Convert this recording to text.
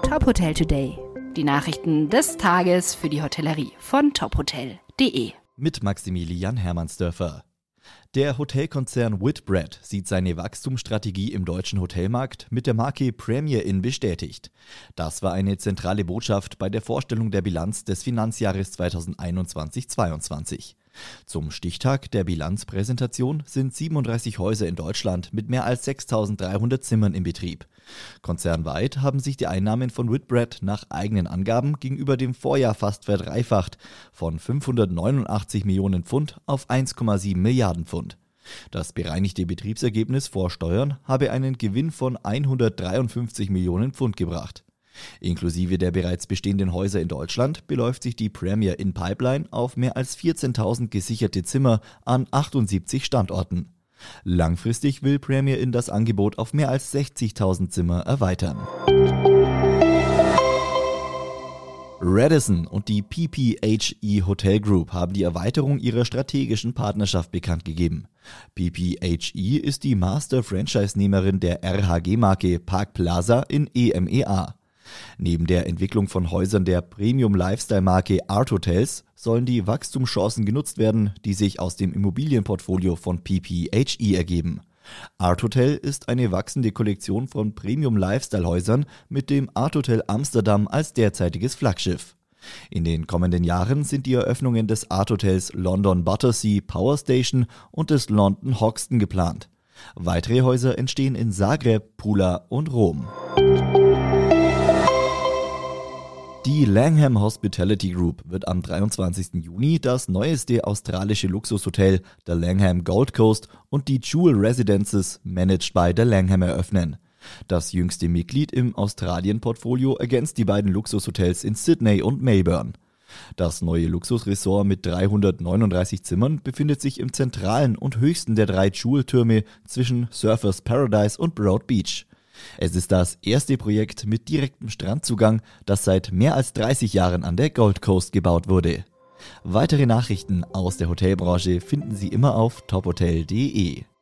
Top Hotel Today. Die Nachrichten des Tages für die Hotellerie von tophotel.de. Mit Maximilian Hermannsdörfer. Der Hotelkonzern Whitbread sieht seine Wachstumsstrategie im deutschen Hotelmarkt mit der Marke Premier Inn bestätigt. Das war eine zentrale Botschaft bei der Vorstellung der Bilanz des Finanzjahres 2021-22. Zum Stichtag der Bilanzpräsentation sind 37 Häuser in Deutschland mit mehr als 6.300 Zimmern in Betrieb. Konzernweit haben sich die Einnahmen von Whitbread nach eigenen Angaben gegenüber dem Vorjahr fast verdreifacht, von 589 Millionen Pfund auf 1,7 Milliarden Pfund. Das bereinigte Betriebsergebnis vor Steuern habe einen Gewinn von 153 Millionen Pfund gebracht. Inklusive der bereits bestehenden Häuser in Deutschland beläuft sich die Premier Inn Pipeline auf mehr als 14.000 gesicherte Zimmer an 78 Standorten. Langfristig will Premier Inn das Angebot auf mehr als 60.000 Zimmer erweitern. Radisson und die PPHE Hotel Group haben die Erweiterung ihrer strategischen Partnerschaft bekannt gegeben. PPHE ist die Master-Franchise-Nehmerin der RHG-Marke Park Plaza in EMEA. Neben der Entwicklung von Häusern der Premium-Lifestyle-Marke Art Hotels sollen die Wachstumschancen genutzt werden, die sich aus dem Immobilienportfolio von PPHE ergeben. Art Hotel ist eine wachsende Kollektion von Premium-Lifestyle-Häusern mit dem Art Hotel Amsterdam als derzeitiges Flaggschiff. In den kommenden Jahren sind die Eröffnungen des Art Hotels London Battersea Power Station und des London Hoxton geplant. Weitere Häuser entstehen in Zagreb, Pula und Rom. Die Langham Hospitality Group wird am 23. Juni das neueste australische Luxushotel, der Langham Gold Coast und die Jewel Residences, managed by der Langham, eröffnen. Das jüngste Mitglied im Australien-Portfolio ergänzt die beiden Luxushotels in Sydney und Melbourne. Das neue Luxusressort mit 339 Zimmern befindet sich im zentralen und höchsten der drei Jewel-Türme zwischen Surfers Paradise und Broad Beach. Es ist das erste Projekt mit direktem Strandzugang, das seit mehr als 30 Jahren an der Gold Coast gebaut wurde. Weitere Nachrichten aus der Hotelbranche finden Sie immer auf tophotel.de.